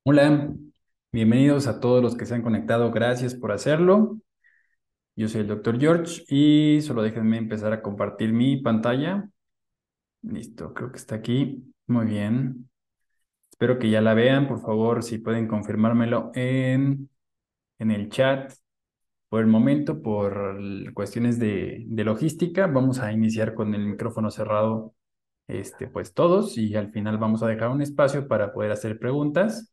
Hola, bienvenidos a todos los que se han conectado. Gracias por hacerlo. Yo soy el doctor George y solo déjenme empezar a compartir mi pantalla. Listo, creo que está aquí. Muy bien. Espero que ya la vean. Por favor, si pueden confirmármelo en el chat. Por el momento, por cuestiones de logística, vamos a iniciar con el micrófono cerrado, pues todos, y al final vamos a dejar un espacio para poder hacer preguntas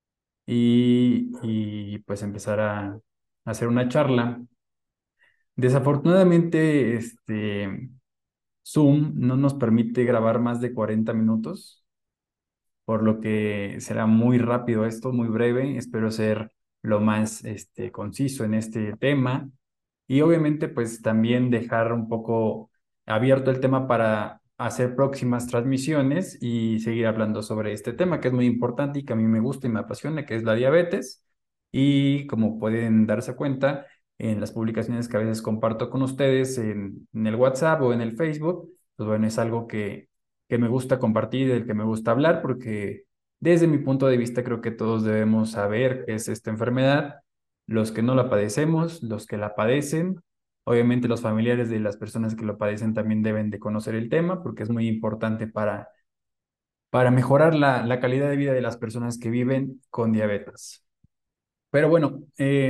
pues empezar a hacer una charla. Desafortunadamente, Zoom no nos permite grabar más de 40 minutos, por lo que será muy rápido esto, muy breve. Espero ser lo más conciso en este tema y obviamente pues también dejar un poco abierto el tema para hacer próximas transmisiones y seguir hablando sobre este tema que es muy importante y que a mí me gusta y me apasiona, que es la diabetes. Y como pueden darse cuenta en las publicaciones que a veces comparto con ustedes en el WhatsApp o en el Facebook, pues bueno, es algo que me gusta compartir, del que me gusta hablar, porque desde mi punto de vista creo que todos debemos saber qué es esta enfermedad, los que no la padecemos, los que la padecen. Obviamente los familiares de las personas que lo padecen también deben de conocer el tema porque es muy importante para mejorar la calidad de vida de las personas que viven con diabetes. Pero bueno,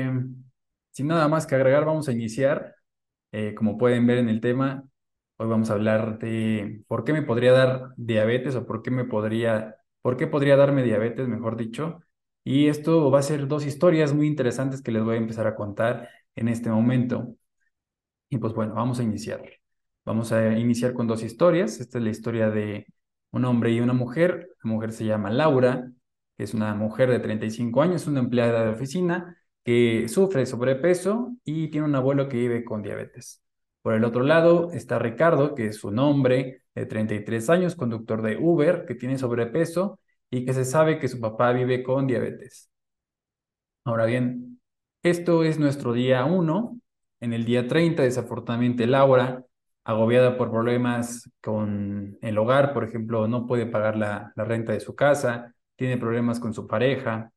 sin nada más que agregar, vamos a iniciar. Como pueden ver en el tema, hoy vamos a hablar de por qué me podría dar diabetes o por qué podría darme diabetes, mejor dicho. Y esto va a ser dos historias muy interesantes que les voy a empezar a contar en este momento. Y pues bueno, vamos a iniciar. Vamos a iniciar con dos historias. Esta es la historia de un hombre y una mujer. La mujer se llama Laura, que es una mujer de 35 años, una empleada de oficina que sufre sobrepeso y tiene un abuelo que vive con diabetes. Por el otro lado está Ricardo, que es un hombre de 33 años, conductor de Uber, que tiene sobrepeso y que se sabe que su papá vive con diabetes. Ahora bien, esto es nuestro día uno. En el día 30, desafortunadamente, Laura, agobiada por problemas con el hogar, por ejemplo, no puede pagar la renta de su casa, tiene problemas con su pareja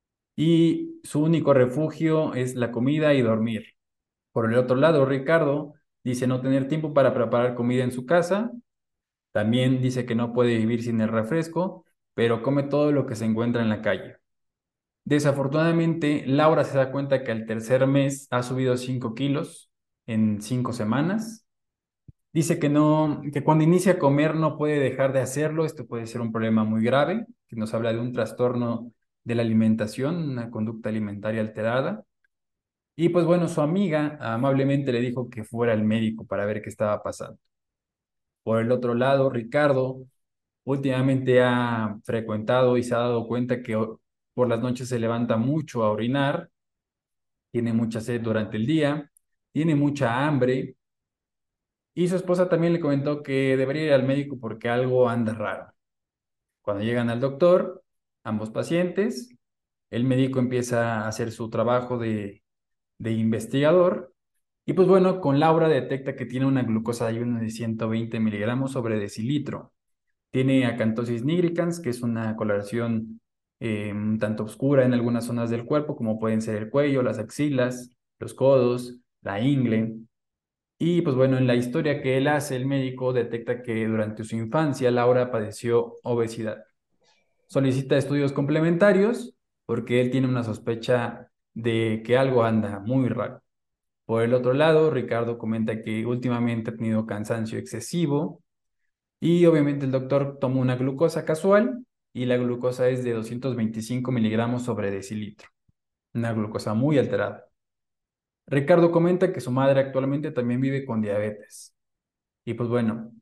y su único refugio es la comida y dormir. Por el otro lado, Ricardo dice no tener tiempo para preparar comida en su casa, también dice que no puede vivir sin el refresco, pero come todo lo que se encuentra en la calle. Desafortunadamente, Laura se da cuenta que al tercer mes ha subido 5 kilos en 5 semanas. Dice que no, que cuando inicia a comer no puede dejar de hacerlo. Esto puede ser un problema muy grave, que nos habla de un trastorno de la alimentación, una conducta alimentaria alterada. Y pues bueno, su amiga amablemente le dijo que fuera al médico para ver qué estaba pasando. Por el otro lado, Ricardo últimamente ha frecuentado y se ha dado cuenta que por las noches se levanta mucho a orinar, tiene mucha sed durante el día, tiene mucha hambre y su esposa también le comentó que debería ir al médico porque algo anda raro. Cuando llegan al doctor, ambos pacientes, el médico empieza a hacer su trabajo de investigador y pues bueno, con Laura detecta que tiene una glucosa de ayuno de 120 miligramos sobre decilitro. Tiene acantosis nigricans, que es una coloración un tanto oscura en algunas zonas del cuerpo, como pueden ser el cuello, las axilas, los codos, la ingle. Y pues bueno, en la historia que él hace, el médico detecta que durante su infancia Laura padeció obesidad. Solicita estudios complementarios porque él tiene una sospecha de que algo anda muy raro. Por el otro lado, Ricardo comenta que últimamente ha tenido cansancio excesivo y obviamente el doctor toma una glucosa casual y la glucosa es de 225 miligramos sobre decilitro, una glucosa muy alterada. Ricardo comenta que su madre actualmente también vive con diabetes. Y pues bueno,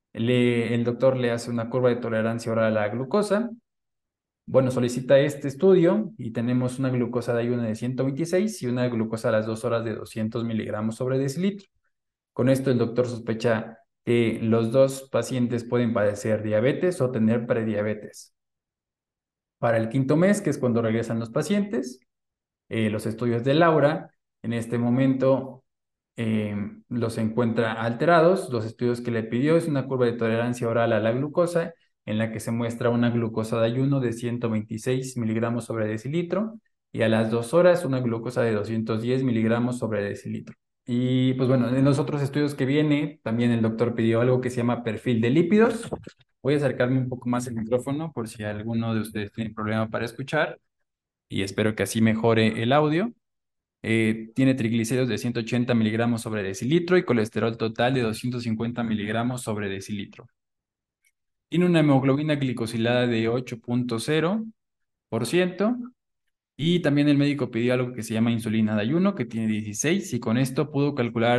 el doctor le hace una curva de tolerancia oral a la glucosa. Bueno, solicita este estudio y tenemos una glucosa de ayuno de 126 y una glucosa a las 2 horas de 200 miligramos sobre decilitro. Con esto el doctor sospecha que los dos pacientes pueden padecer diabetes o tener prediabetes. Para el quinto mes, que es cuando regresan los pacientes, los estudios de Laura en este momento eh, los encuentra alterados. Los estudios que le pidió es una curva de tolerancia oral a la glucosa en la que se muestra una glucosa de ayuno de 126 miligramos sobre decilitro y a las 2 horas una glucosa de 210 miligramos sobre decilitro. Y pues bueno, en los otros estudios que viene, también el doctor pidió algo que se llama perfil de lípidos. Voy a acercarme un poco más el micrófono por si alguno de ustedes tiene problema para escuchar y espero que así mejore el audio. Tiene triglicéridos de 180 miligramos sobre decilitro y colesterol total de 250 miligramos sobre decilitro. Tiene una hemoglobina glicosilada de 8.0% y también el médico pidió algo que se llama insulina de ayuno, que tiene 16 y con esto pudo calcular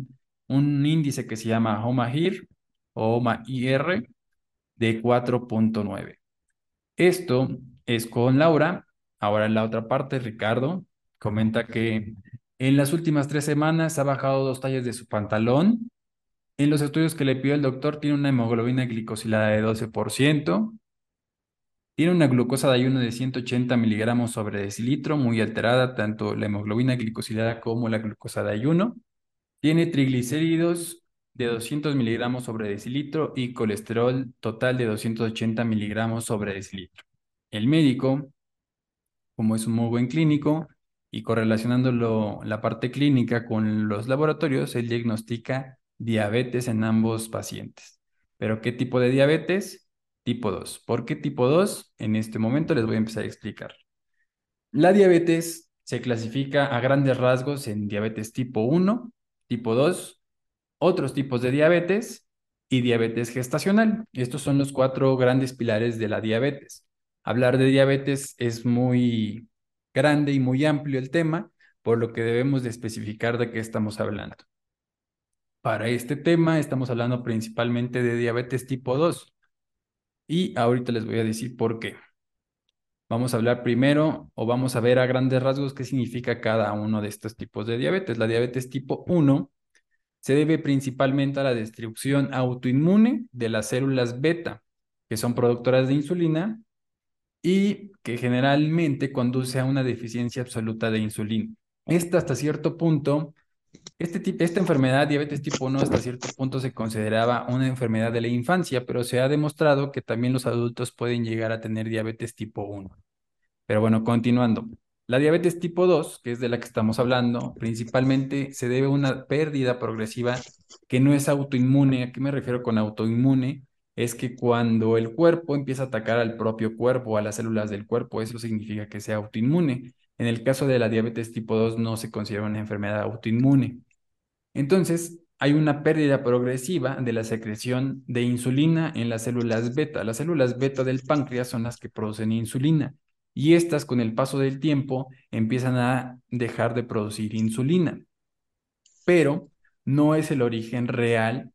un índice que se llama HOMA-IR o HOMA-IR de 4.9. Esto es con Laura. Ahora en la otra parte, Ricardo comenta que en las últimas 3 semanas ha bajado 2 tallas de su pantalón. En los estudios que le pidió el doctor tiene una hemoglobina glicosilada de 12%. Tiene una glucosa de ayuno de 180 miligramos sobre decilitro, muy alterada, tanto la hemoglobina glicosilada como la glucosa de ayuno. Tiene triglicéridos de 200 miligramos sobre decilitro y colesterol total de 280 miligramos sobre decilitro. El médico, como es un muy buen clínico y correlacionándolo la parte clínica con los laboratorios, él diagnostica diabetes en ambos pacientes. ¿Pero qué tipo de diabetes? Tipo 2. ¿Por qué tipo 2? En este momento les voy a empezar a explicar. La diabetes se clasifica a grandes rasgos en diabetes tipo 1, tipo 2, otros tipos de diabetes y diabetes gestacional. Estos son los 4 grandes pilares de la diabetes. Hablar de diabetes es muy grande y muy amplio el tema, por lo que debemos de especificar de qué estamos hablando. Para este tema estamos hablando principalmente de diabetes tipo 2 y ahorita les voy a decir por qué. Vamos a hablar primero o vamos a ver a grandes rasgos qué significa cada uno de estos tipos de diabetes. La diabetes tipo 1 se debe principalmente a la destrucción autoinmune de las células beta, que son productoras de insulina y que generalmente conduce a una deficiencia absoluta de insulina. Esta hasta cierto punto, esta enfermedad, diabetes tipo 1, hasta cierto punto se consideraba una enfermedad de la infancia, pero se ha demostrado que también los adultos pueden llegar a tener diabetes tipo 1. Pero bueno, continuando. La diabetes tipo 2, que es de la que estamos hablando, principalmente se debe a una pérdida progresiva que no es autoinmune. ¿A qué me refiero con autoinmune? Es que cuando el cuerpo empieza a atacar al propio cuerpo, a las células del cuerpo, eso significa que sea autoinmune. En el caso de la diabetes tipo 2 no se considera una enfermedad autoinmune. Entonces, hay una pérdida progresiva de la secreción de insulina en las células beta. Las células beta del páncreas son las que producen insulina y estas con el paso del tiempo empiezan a dejar de producir insulina, pero no es el origen real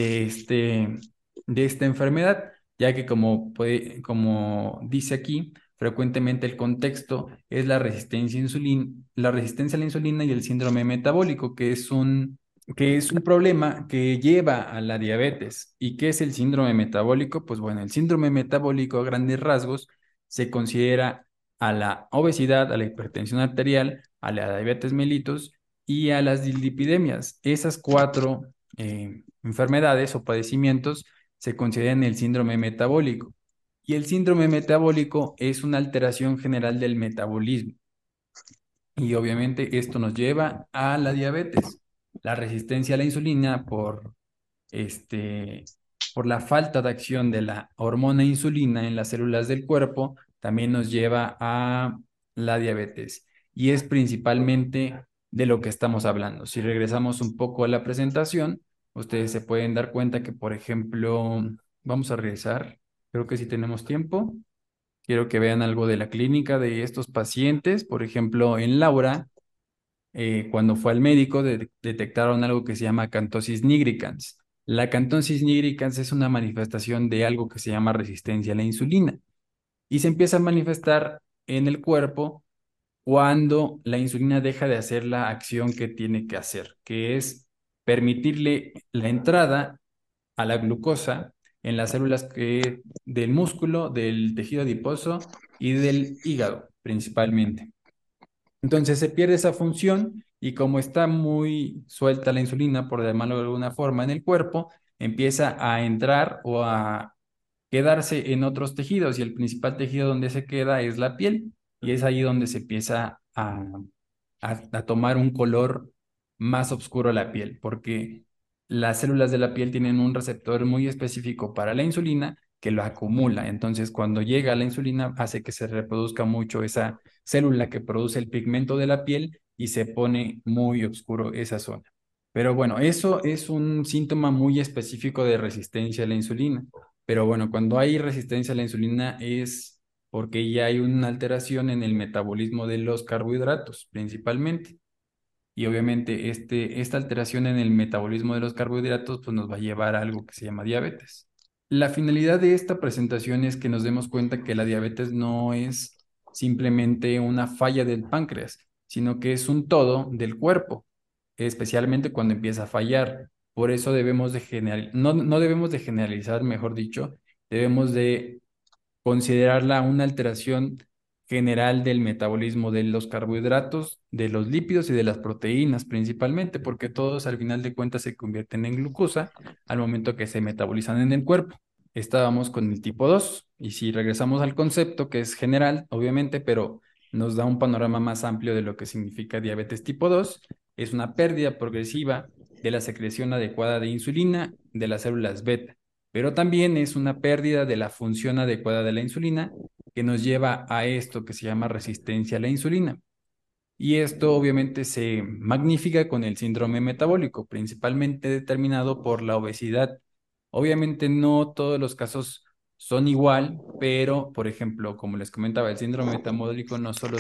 de esta enfermedad, ya que como dice aquí, frecuentemente el contexto es la resistencia a la insulina y el síndrome metabólico, que es un problema que lleva a la diabetes. ¿Y qué es el síndrome metabólico? Pues bueno, el síndrome metabólico a grandes rasgos se considera a la obesidad, a la hipertensión arterial, a la diabetes mellitus y a las dislipidemias. Esas 4 enfermedades o padecimientos se consideran el síndrome metabólico. Y el síndrome metabólico es una alteración general del metabolismo. Y obviamente esto nos lleva a la diabetes. La resistencia a la insulina este, por la falta de acción de la hormona insulina en las células del cuerpo, también nos lleva a la diabetes. Y es principalmente de lo que estamos hablando. Si regresamos un poco a la presentación, ustedes se pueden dar cuenta que, por ejemplo, vamos a regresar, creo que si tenemos tiempo. Quiero que vean algo de la clínica de estos pacientes. Por ejemplo, en Laura, cuando fue al médico, detectaron algo que se llama acantosis nigricans. La acantosis nigricans es una manifestación de algo que se llama resistencia a la insulina y se empieza a manifestar en el cuerpo cuando la insulina deja de hacer la acción que tiene que hacer, que es permitirle la entrada a la glucosa en las células del músculo, del tejido adiposo y del hígado principalmente. Entonces se pierde esa función y como está muy suelta la insulina, por llamarlo de alguna forma, en el cuerpo, empieza a entrar o a quedarse en otros tejidos y el principal tejido donde se queda es la piel y es ahí donde se empieza a tomar un color más oscuro la piel, porque las células de la piel tienen un receptor muy específico para la insulina que lo acumula. Entonces, cuando llega la insulina, hace que se reproduzca mucho esa célula que produce el pigmento de la piel y se pone muy oscuro esa zona. Pero bueno, eso es un síntoma muy específico de resistencia a la insulina. Pero bueno, cuando hay resistencia a la insulina es porque ya hay una alteración en el metabolismo de los carbohidratos, principalmente. Y obviamente esta alteración en el metabolismo de los carbohidratos pues nos va a llevar a algo que se llama diabetes. La finalidad de esta presentación es que nos demos cuenta que la diabetes no es simplemente una falla del páncreas, sino que es un todo del cuerpo, especialmente cuando empieza a fallar. Por eso debemos de no debemos de generalizar, mejor dicho, debemos de considerarla una alteración general del metabolismo de los carbohidratos, de los lípidos y de las proteínas principalmente, porque todos al final de cuentas se convierten en glucosa al momento que se metabolizan en el cuerpo. Estábamos con el tipo 2 y si regresamos al concepto que es general, obviamente, pero nos da un panorama más amplio de lo que significa diabetes tipo 2, es una pérdida progresiva de la secreción adecuada de insulina de las células beta, pero también es una pérdida de la función adecuada de la insulina que nos lleva a esto que se llama resistencia a la insulina. Y esto obviamente se magnifica con el síndrome metabólico, principalmente determinado por la obesidad. Obviamente no todos los casos son igual, pero por ejemplo, como les comentaba, el síndrome metabólico no solo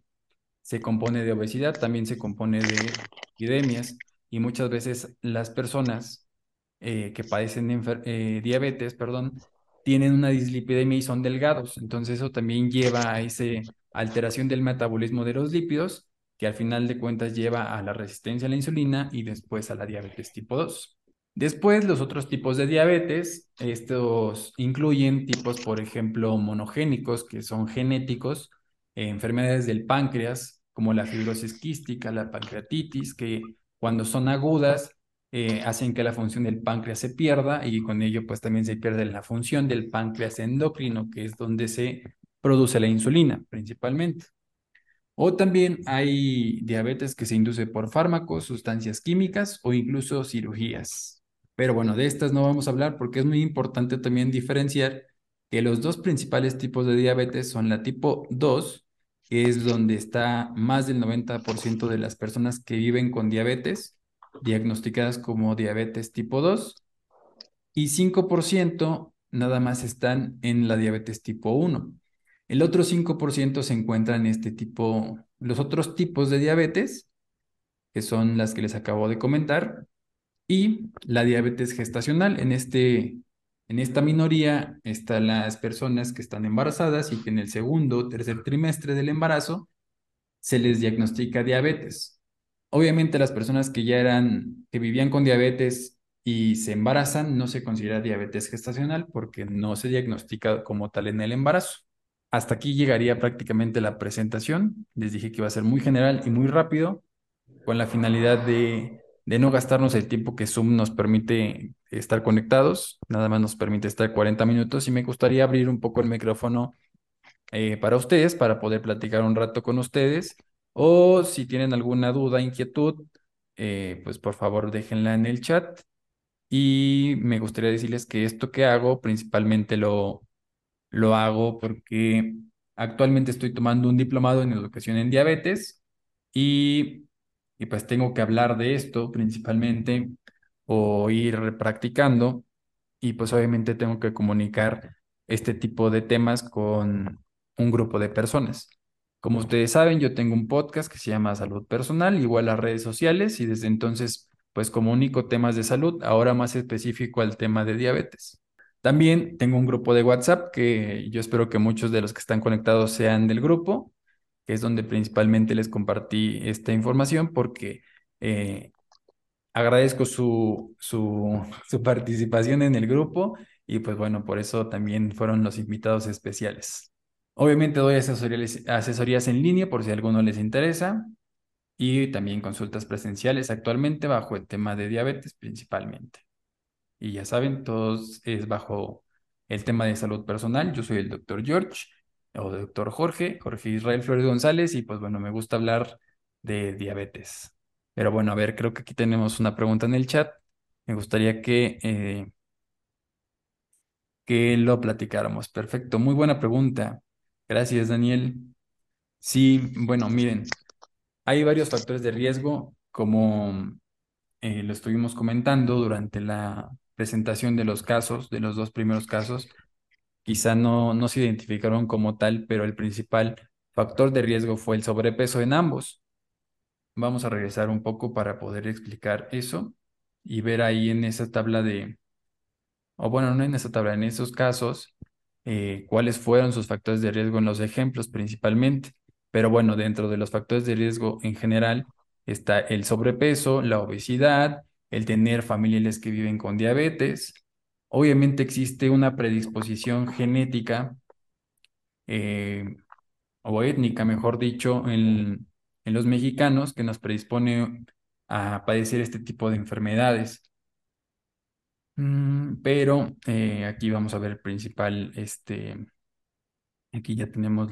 se compone de obesidad, también se compone de epidemias y muchas veces las personas que padecen diabetes, perdón, tienen una dislipidemia y son delgados. Entonces eso también lleva a esa alteración del metabolismo de los lípidos, que al final de cuentas lleva a la resistencia a la insulina y después a la diabetes tipo 2. Después, los otros tipos de diabetes, estos incluyen tipos, por ejemplo, monogénicos, que son genéticos, enfermedades del páncreas, como la fibrosis quística, la pancreatitis, que cuando son agudas hacen que la función del páncreas se pierda y con ello pues también se pierde la función del páncreas endocrino, que es donde se produce la insulina principalmente. O también hay diabetes que se induce por fármacos, sustancias químicas o incluso cirugías. Pero bueno, de estas no vamos a hablar porque es muy importante también diferenciar que los dos principales tipos de diabetes son la tipo 2, que es donde está más del 90% de las personas que viven con diabetes diagnosticadas como diabetes tipo 2 y 5% nada más están en la diabetes tipo 1. El otro 5% se encuentra en los otros tipos de diabetes, que son las que les acabo de comentar, y la diabetes gestacional. En esta minoría están las personas que están embarazadas y que en el segundo o tercer trimestre del embarazo se les diagnostica diabetes. Obviamente las personas que vivían con diabetes y se embarazan, no se considera diabetes gestacional porque no se diagnostica como tal en el embarazo. Hasta aquí llegaría prácticamente la presentación. Les dije que iba a ser muy general y muy rápido, con la finalidad de no gastarnos el tiempo que Zoom nos permite estar conectados. Nada más nos permite estar 40 minutos y me gustaría abrir un poco el micrófono para ustedes, para poder platicar un rato con ustedes. O si tienen alguna duda, inquietud, pues por favor déjenla en el chat. Y me gustaría decirles que esto que hago principalmente lo hago porque actualmente estoy tomando un diplomado en educación en diabetes y, y pues tengo que hablar de esto principalmente o ir practicando y pues obviamente tengo que comunicar este tipo de temas con un grupo de personas. Como ustedes saben, yo tengo un podcast que se llama Salud Personal, igual las redes sociales y desde entonces pues comunico temas de salud, ahora más específico al tema de diabetes. También tengo un grupo de WhatsApp que yo espero que muchos de los que están conectados sean del grupo, que es donde principalmente les compartí esta información porque eh, agradezco su participación en el grupo y pues bueno, por eso también fueron los invitados especiales. Obviamente doy asesorías en línea por si a alguno les interesa y también consultas presenciales actualmente bajo el tema de diabetes principalmente. Y ya saben, todos es bajo el tema de salud personal. Yo soy el doctor George o doctor Jorge Israel Flores González, y pues bueno, me gusta hablar de diabetes. Pero bueno, a ver, creo que aquí tenemos una pregunta en el chat. Me gustaría que lo platicáramos. Perfecto, muy buena pregunta. Gracias, Daniel. Sí, bueno, miren, hay varios factores de riesgo, como lo estuvimos comentando durante la presentación de los casos, de los dos primeros casos. Quizá no se identificaron como tal, pero el principal factor de riesgo fue el sobrepeso en ambos. Vamos a regresar un poco para poder explicar eso y ver ahí en esa tabla o bueno, no en esa tabla, en esos casos, cuáles fueron sus factores de riesgo en los ejemplos principalmente. Pero bueno, dentro de los factores de riesgo en general está el sobrepeso, la obesidad, el tener familiares que viven con diabetes. Obviamente existe una predisposición genética, eh, o étnica, mejor dicho, en los mexicanos, que nos predispone a padecer este tipo de enfermedades. Pero aquí vamos a ver el principal, aquí ya tenemos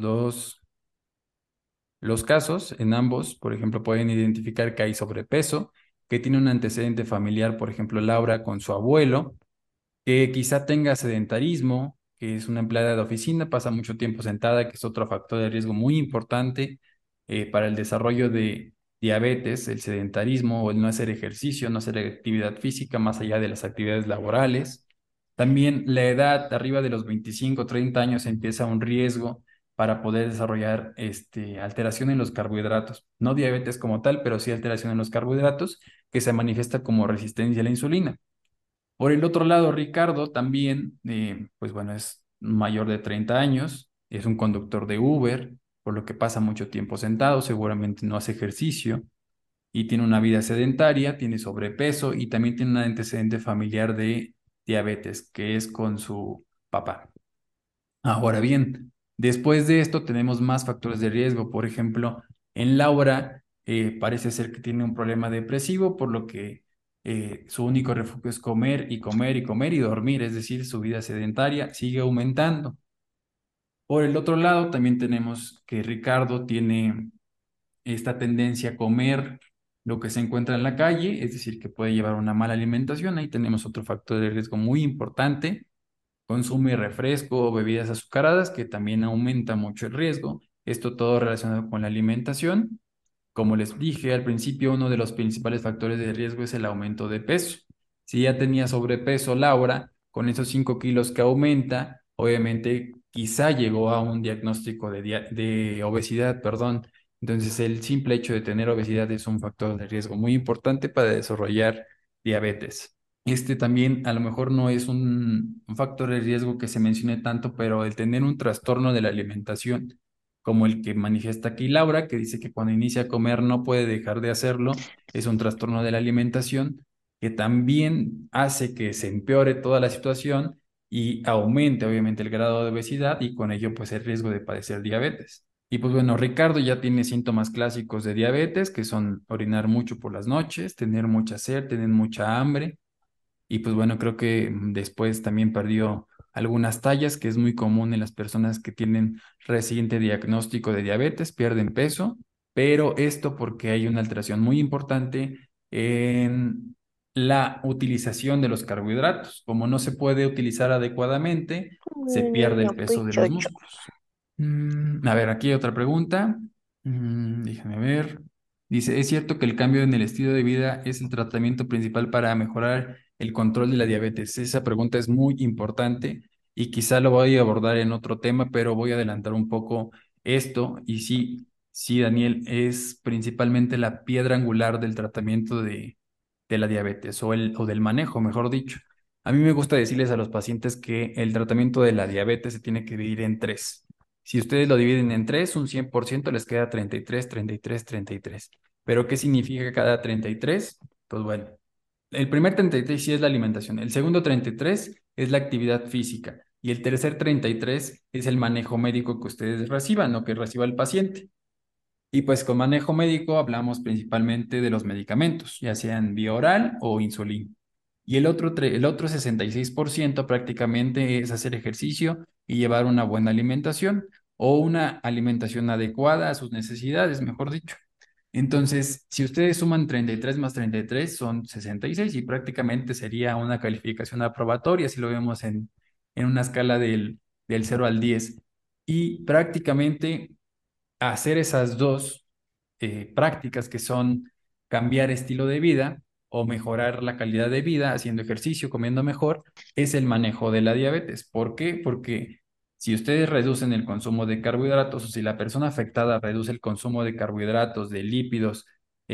los casos en ambos. Por ejemplo, pueden identificar que hay sobrepeso, que tiene un antecedente familiar, por ejemplo, Laura con su abuelo, que quizá tenga sedentarismo, que es una empleada de oficina, pasa mucho tiempo sentada, que es otro factor de riesgo muy importante para el desarrollo de diabetes, el sedentarismo o el no hacer ejercicio, no hacer actividad física más allá de las actividades laborales. También la edad, arriba de los 25 30 años, empieza un riesgo para poder desarrollar alteración en los carbohidratos. No diabetes como tal, pero sí alteración en los carbohidratos que se manifiesta como resistencia a la insulina. Por el otro lado, Ricardo también, pues bueno, es mayor de 30 años, es un conductor de Uber, por lo que pasa mucho tiempo sentado, seguramente no hace ejercicio y tiene una vida sedentaria, tiene sobrepeso y también tiene un antecedente familiar de diabetes, que es con su papá. Ahora bien, después de esto tenemos más factores de riesgo. Por ejemplo, en Laura parece ser que tiene un problema depresivo, por lo que su único refugio es comer y comer y comer y dormir, es decir, su vida sedentaria sigue aumentando. Por el otro lado, también tenemos que Ricardo tiene esta tendencia a comer lo que se encuentra en la calle, es decir, que puede llevar una mala alimentación. Ahí tenemos otro factor de riesgo muy importante. Consume refresco o bebidas azucaradas, que también aumenta mucho el riesgo. Esto todo relacionado con la alimentación. Como les dije al principio, uno de los principales factores de riesgo es el aumento de peso. Si ya tenía sobrepeso Laura, con esos 5 kilos que aumenta, obviamente quizá llegó a un diagnóstico de obesidad, perdón. Entonces, el simple hecho de tener obesidad es un factor de riesgo muy importante para desarrollar diabetes. Este también a lo mejor no es un factor de riesgo que se mencione tanto, pero el tener un trastorno de la alimentación, como el que manifiesta aquí Laura, que dice que cuando inicia a comer no puede dejar de hacerlo, es un trastorno de la alimentación que también hace que se empeore toda la situación y aumente obviamente el grado de obesidad y con ello pues el riesgo de padecer diabetes. Y pues bueno, Ricardo ya tiene síntomas clásicos de diabetes, que son orinar mucho por las noches, tener mucha sed, tener mucha hambre. Y pues bueno, creo que después también perdió algunas tallas, que es muy común en las personas que tienen reciente diagnóstico de diabetes, pierden peso, pero esto porque hay una alteración muy importante en la utilización de los carbohidratos. Como no se puede utilizar adecuadamente, se pierde Niño el peso de los pechocho. músculos. A ver, aquí hay otra pregunta. Déjame ver. Dice, ¿es cierto que el cambio en el estilo de vida es el tratamiento principal para mejorar el control de la diabetes? Esa pregunta es muy importante y quizá lo voy a abordar en otro tema, pero voy a adelantar un poco esto. Y sí, sí, Daniel, es principalmente la piedra angular del tratamiento de la diabetes o del manejo, mejor dicho. A mí me gusta decirles a los pacientes que el tratamiento de la diabetes se tiene que dividir en tres. Si ustedes lo dividen en tres, un 100% les queda 33, 33, 33. ¿Pero qué significa cada 33? Pues bueno, el primer 33 sí es la alimentación, el segundo 33 es la actividad física y el tercer 33 es el manejo médico que ustedes reciban o que reciba el paciente. Y pues con manejo médico hablamos principalmente de los medicamentos, ya sean vía oral o insulina. Y el otro 66% prácticamente es hacer ejercicio y llevar una buena alimentación o una alimentación adecuada a sus necesidades, mejor dicho. Entonces, si ustedes suman 33 más 33 son 66 y prácticamente sería una calificación aprobatoria si lo vemos en una escala del 0 al 10. Y prácticamente hacer esas dos prácticas que son cambiar estilo de vida o mejorar la calidad de vida haciendo ejercicio, comiendo mejor, es el manejo de la diabetes. ¿Por qué? Porque si ustedes reducen el consumo de carbohidratos o si la persona afectada reduce el consumo de carbohidratos, de lípidos,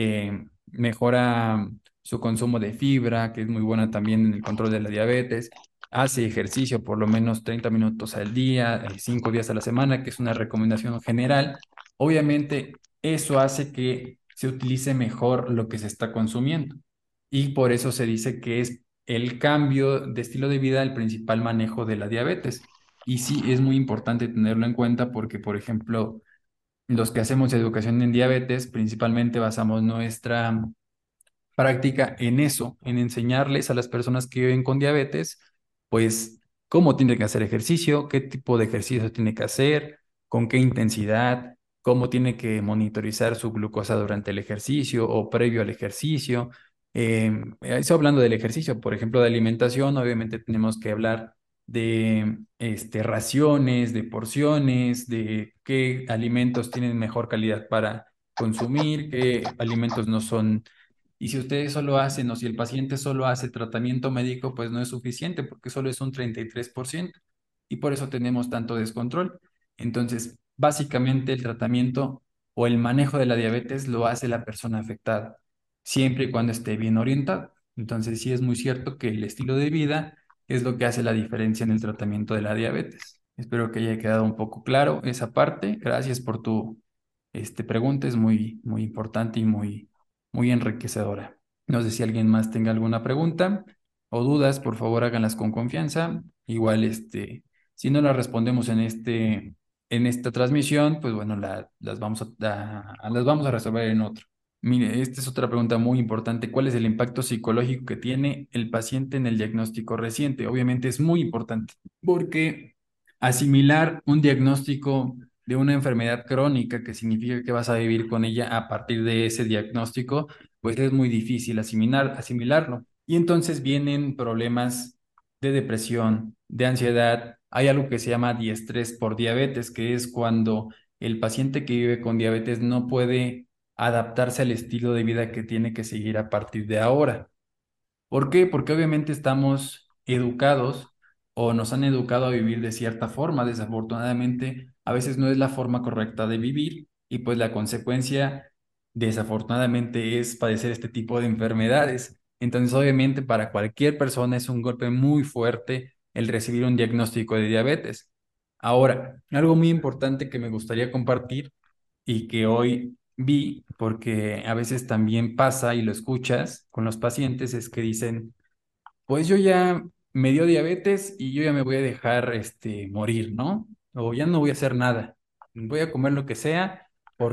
mejora su consumo de fibra, que es muy buena también en el control de la diabetes, hace ejercicio por lo menos 30 minutos al día, 5 días a la semana, que es una recomendación general. Obviamente, eso hace que se utilice mejor lo que se está consumiendo. Y por eso se dice que es el cambio de estilo de vida el principal manejo de la diabetes. Y sí, es muy importante tenerlo en cuenta porque, por ejemplo, los que hacemos educación en diabetes, principalmente basamos nuestra práctica en eso, en enseñarles a las personas que viven con diabetes, pues cómo tiene que hacer ejercicio, qué tipo de ejercicio tiene que hacer, con qué intensidad, cómo tiene que monitorizar su glucosa durante el ejercicio o previo al ejercicio. Eso hablando del ejercicio, por ejemplo, de alimentación, obviamente tenemos que hablar de raciones, de porciones, de qué alimentos tienen mejor calidad para consumir, qué alimentos no son. Y si ustedes solo hacen o si el paciente solo hace tratamiento médico, pues no es suficiente porque solo es un 33% y por eso tenemos tanto descontrol. Entonces, básicamente el tratamiento o el manejo de la diabetes lo hace la persona afectada, siempre y cuando esté bien orientado. Entonces, sí es muy cierto que el estilo de vida es lo que hace la diferencia en el tratamiento de la diabetes. Espero que haya quedado un poco claro esa parte. Gracias por tu pregunta, es muy, muy importante y muy enriquecedora. No sé si alguien más tenga alguna pregunta o dudas, por favor háganlas con confianza. Igual, si no las respondemos en esta transmisión, pues bueno, las vamos a resolver en otra. Mire, esta es otra pregunta muy importante. ¿Cuál es el impacto psicológico que tiene el paciente en el diagnóstico reciente? Obviamente es muy importante porque asimilar un diagnóstico de una enfermedad crónica, que significa que vas a vivir con ella a partir de ese diagnóstico, pues es muy difícil asimilarlo. Y entonces vienen problemas de depresión, de ansiedad. Hay algo que se llama diestrés por diabetes, que es cuando el paciente que vive con diabetes no puede adaptarse al estilo de vida que tiene que seguir a partir de ahora. ¿Por qué? Porque obviamente estamos educados o nos han educado a vivir de cierta forma. Desafortunadamente, a veces no es la forma correcta de vivir y pues la consecuencia, desafortunadamente, es padecer este tipo de enfermedades. Entonces, obviamente, para cualquier persona es un golpe muy fuerte el recibir un diagnóstico de diabetes. Ahora, algo muy importante que me gustaría compartir y que hoy vi, porque a veces también pasa y lo escuchas con los pacientes, es que dicen, pues yo ya me dio diabetes y yo ya me voy a dejar morir, ¿no? O ya no voy a hacer nada, voy a comer lo que sea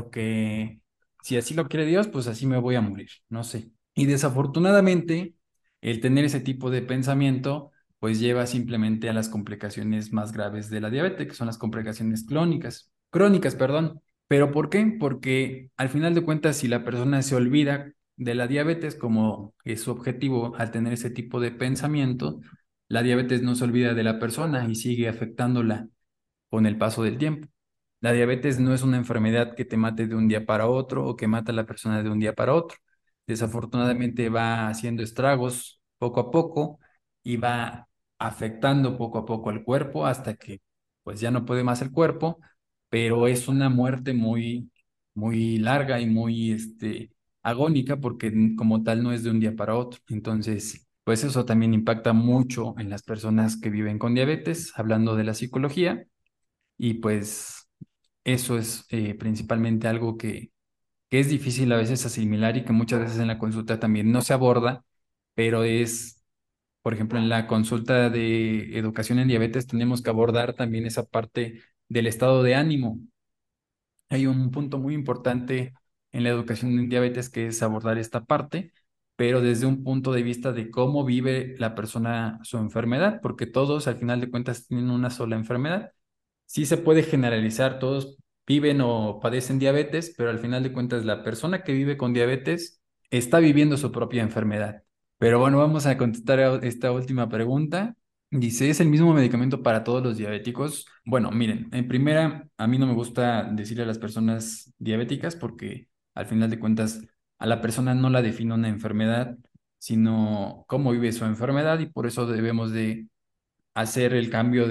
porque si así lo quiere Dios, pues así me voy a morir, no sé. Y desafortunadamente, el tener ese tipo de pensamiento, pues lleva simplemente a las complicaciones más graves de la diabetes, que son las complicaciones crónicas, perdón. ¿Pero por qué? Porque al final de cuentas, si la persona se olvida de la diabetes como es su objetivo al tener ese tipo de pensamiento, la diabetes no se olvida de la persona y sigue afectándola con el paso del tiempo. La diabetes no es una enfermedad que te mate de un día para otro o que mata a la persona de un día para otro. Desafortunadamente va haciendo estragos poco a poco y va afectando poco a poco al cuerpo hasta que pues ya no puede más el cuerpo, pero es una muerte muy, muy larga y muy agónica porque como tal no es de un día para otro. Entonces, pues eso también impacta mucho en las personas que viven con diabetes, hablando de la psicología. Y pues eso es principalmente algo que es difícil a veces asimilar y que muchas veces en la consulta también no se aborda, pero es, por ejemplo, en la consulta de educación en diabetes tenemos que abordar también esa parte del estado de ánimo. Hay un punto muy importante en la educación en diabetes que es abordar esta parte pero desde un punto de vista de cómo vive la persona su enfermedad, porque todos al final de cuentas tienen una sola enfermedad. Sí se puede generalizar, todos viven o padecen diabetes, pero al final de cuentas la persona que vive con diabetes está viviendo su propia enfermedad. Pero bueno, vamos a contestar a esta última pregunta. Dice, ¿es el mismo medicamento para todos los diabéticos? Bueno, miren, en primera, a mí no me gusta decirle a las personas diabéticas porque al final de cuentas a la persona no la define una enfermedad, sino cómo vive su enfermedad y por eso debemos de hacer el cambio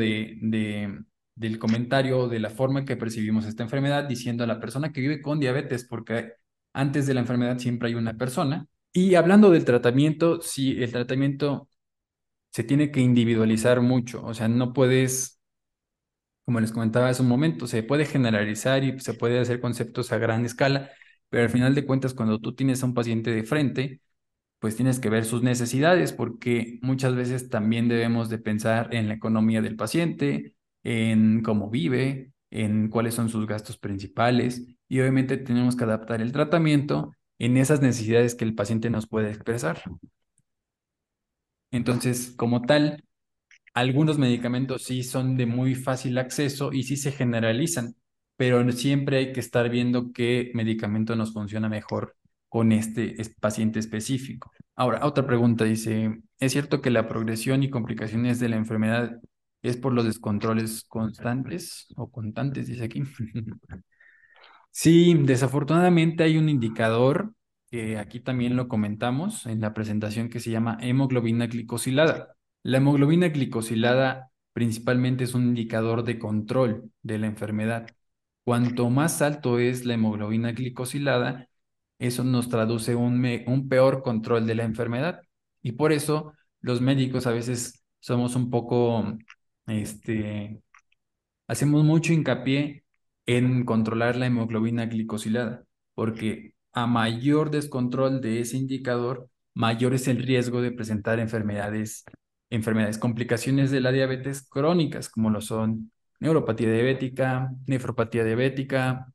del comentario, de la forma en que percibimos esta enfermedad, diciendo a la persona que vive con diabetes, porque antes de la enfermedad siempre hay una persona. Y hablando del tratamiento, sí, el tratamiento se tiene que individualizar mucho, o sea, no puedes, como les comentaba hace un momento, se puede generalizar y se puede hacer conceptos a gran escala, pero al final de cuentas, cuando tú tienes a un paciente de frente, pues tienes que ver sus necesidades, porque muchas veces también debemos de pensar en la economía del paciente, en cómo vive, en cuáles son sus gastos principales, y obviamente tenemos que adaptar el tratamiento en esas necesidades que el paciente nos puede expresar. Entonces, como tal, algunos medicamentos sí son de muy fácil acceso y sí se generalizan, pero siempre hay que estar viendo qué medicamento nos funciona mejor con este paciente específico. Ahora, otra pregunta dice, ¿es cierto que la progresión y complicaciones de la enfermedad es por los descontroles constantes o constantes, dice aquí? Sí, desafortunadamente hay un indicador que aquí también lo comentamos en la presentación que se llama hemoglobina glicosilada. La hemoglobina glicosilada principalmente es un indicador de control de la enfermedad. Cuanto más alto es la hemoglobina glicosilada, eso nos traduce un peor control de la enfermedad. Y por eso los médicos a veces somos un poco, este, hacemos mucho hincapié en controlar la hemoglobina glicosilada, porque a mayor descontrol de ese indicador, mayor es el riesgo de presentar complicaciones de la diabetes crónicas, como lo son neuropatía diabética, nefropatía diabética,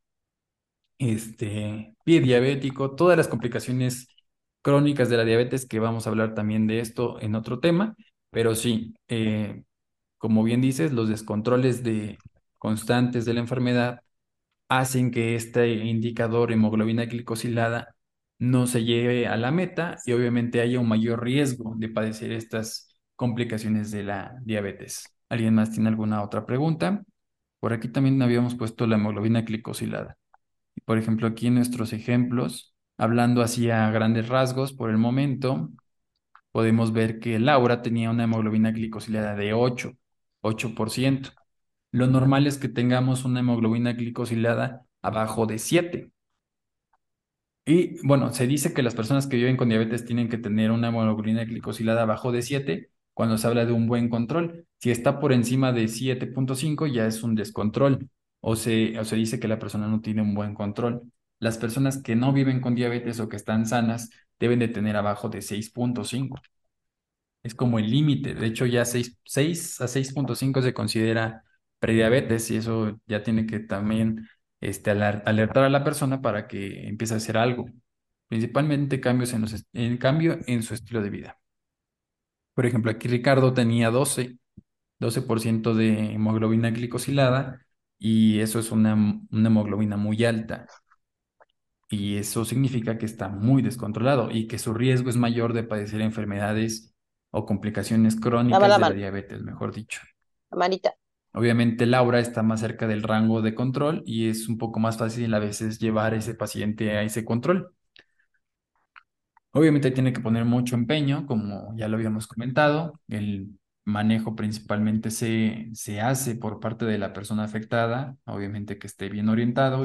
pie diabético, todas las complicaciones crónicas de la diabetes, que vamos a hablar también de esto en otro tema, pero sí, como bien dices, los descontroles constantes de la enfermedad hacen que este indicador hemoglobina glicosilada no se lleve a la meta y obviamente haya un mayor riesgo de padecer estas complicaciones de la diabetes. ¿Alguien más tiene alguna otra pregunta? Por aquí también habíamos puesto la hemoglobina glicosilada. Y por ejemplo, aquí en nuestros ejemplos, hablando así a grandes rasgos por el momento, podemos ver que Laura tenía una hemoglobina glicosilada de 8%. Lo normal es que tengamos una hemoglobina glicosilada abajo de 7. Y bueno, se dice que las personas que viven con diabetes tienen que tener una hemoglobina glicosilada abajo de 7 cuando se habla de un buen control. Si está por encima de 7,5 ya es un descontrol o se dice que la persona no tiene un buen control. Las personas que no viven con diabetes o que están sanas deben de tener abajo de 6,5. Es como el límite. De hecho, ya 6 a 6,5 se considera prediabetes y eso ya tiene que también alertar a la persona para que empiece a hacer algo. Principalmente cambios en cambio en su estilo de vida. Por ejemplo, aquí Ricardo tenía 12% de hemoglobina glicosilada y eso es una hemoglobina muy alta. Y eso significa que está muy descontrolado y que su riesgo es mayor de padecer enfermedades o complicaciones Dame crónicas la de la mano, diabetes, mejor dicho. la manita. Obviamente Laura está más cerca del rango de control y es un poco más fácil a veces llevar a ese paciente a ese control. Obviamente tiene que poner mucho empeño, como ya lo habíamos comentado. El manejo principalmente se hace por parte de la persona afectada, obviamente que esté bien orientado,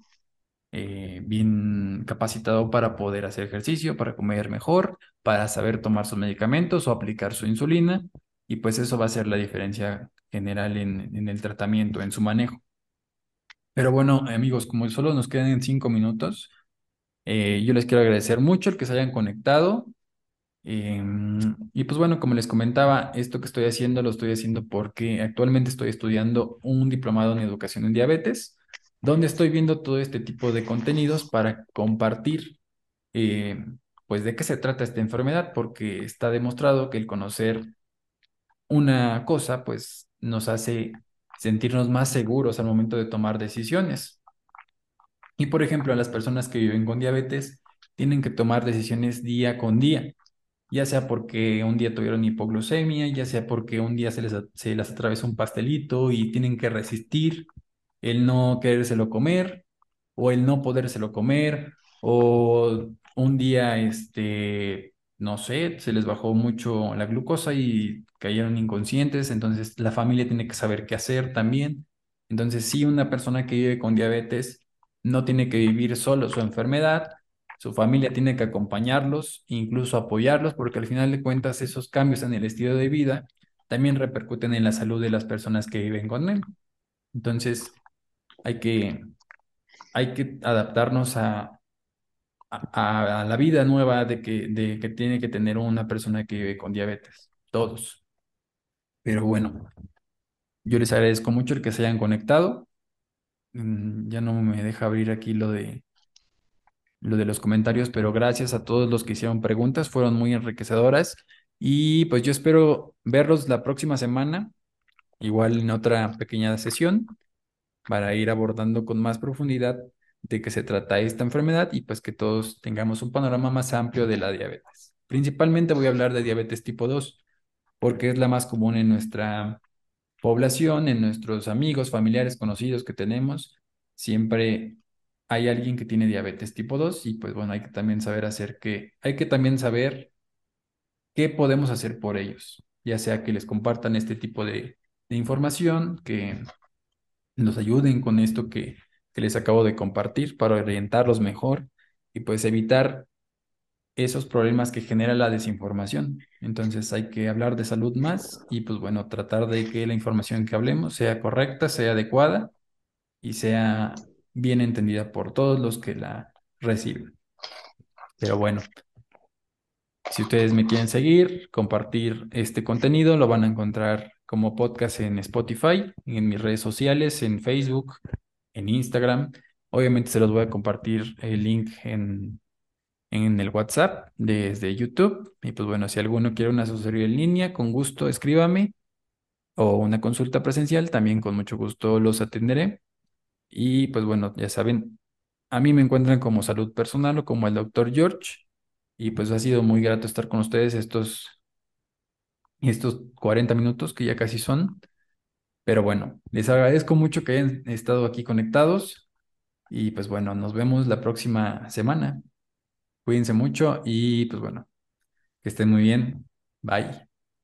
bien capacitado para poder hacer ejercicio, para comer mejor, para saber tomar sus medicamentos o aplicar su insulina. Y pues eso va a ser la diferencia general en el tratamiento, en su manejo. Pero bueno, amigos, como solo nos quedan 5 minutos, yo les quiero agradecer mucho el que se hayan conectado. Y pues bueno, como les comentaba, esto que estoy haciendo lo estoy haciendo porque actualmente estoy estudiando un diplomado en educación en diabetes, donde estoy viendo todo este tipo de contenidos para compartir. pues de qué se trata esta enfermedad, porque está demostrado que el conocer una cosa, pues nos hace sentirnos más seguros al momento de tomar decisiones. Y por ejemplo, a las personas que viven con diabetes tienen que tomar decisiones día con día, ya sea porque un día tuvieron hipoglucemia, ya sea porque un día se les atravesó un pastelito y tienen que resistir el no querérselo comer o el no podérselo comer, o un día, no sé, se les bajó mucho la glucosa y cayeron inconscientes, entonces la familia tiene que saber qué hacer también. Entonces, si una persona que vive con diabetes no tiene que vivir solo su enfermedad, su familia tiene que acompañarlos, incluso apoyarlos, porque al final de cuentas esos cambios en el estilo de vida también repercuten en la salud de las personas que viven con él. Entonces, hay que, hay que adaptarnos a la vida nueva de que tiene que tener una persona que vive con diabetes, todos. Pero bueno, yo les agradezco mucho el que se hayan conectado. Ya no me deja abrir aquí lo de los comentarios, pero gracias a todos los que hicieron preguntas, fueron muy enriquecedoras. Y pues yo espero verlos la próxima semana, igual en otra pequeña sesión, para ir abordando con más profundidad de qué se trata esta enfermedad y pues que todos tengamos un panorama más amplio de la diabetes. Principalmente voy a hablar de diabetes tipo 2 porque es la más común en nuestra población, en nuestros amigos, familiares, conocidos que tenemos. Siempre hay alguien que tiene diabetes tipo 2 y pues bueno, hay que también saber qué podemos hacer por ellos, ya sea que les compartan este tipo de información, que nos ayuden con esto que les acabo de compartir para orientarlos mejor y pues evitar esos problemas que genera la desinformación. Entonces hay que hablar de salud más y pues bueno, tratar de que la información que hablemos sea correcta, sea adecuada y sea bien entendida por todos los que la reciben. Pero bueno, si ustedes me quieren seguir, compartir este contenido, lo van a encontrar como podcast en Spotify, en mis redes sociales, en Facebook, en Instagram. Obviamente se los voy a compartir el link en el WhatsApp desde YouTube. Y pues bueno, si alguno quiere una asesoría en línea, con gusto escríbame o una consulta presencial, también con mucho gusto los atenderé. Y pues bueno, ya saben, a mí me encuentran como Salud Personal o como el doctor George. Y pues ha sido muy grato estar con ustedes estos 40 minutos que ya casi son. Pero bueno, les agradezco mucho que hayan estado aquí conectados y pues bueno, nos vemos la próxima semana. Cuídense mucho y pues bueno, que estén muy bien. Bye.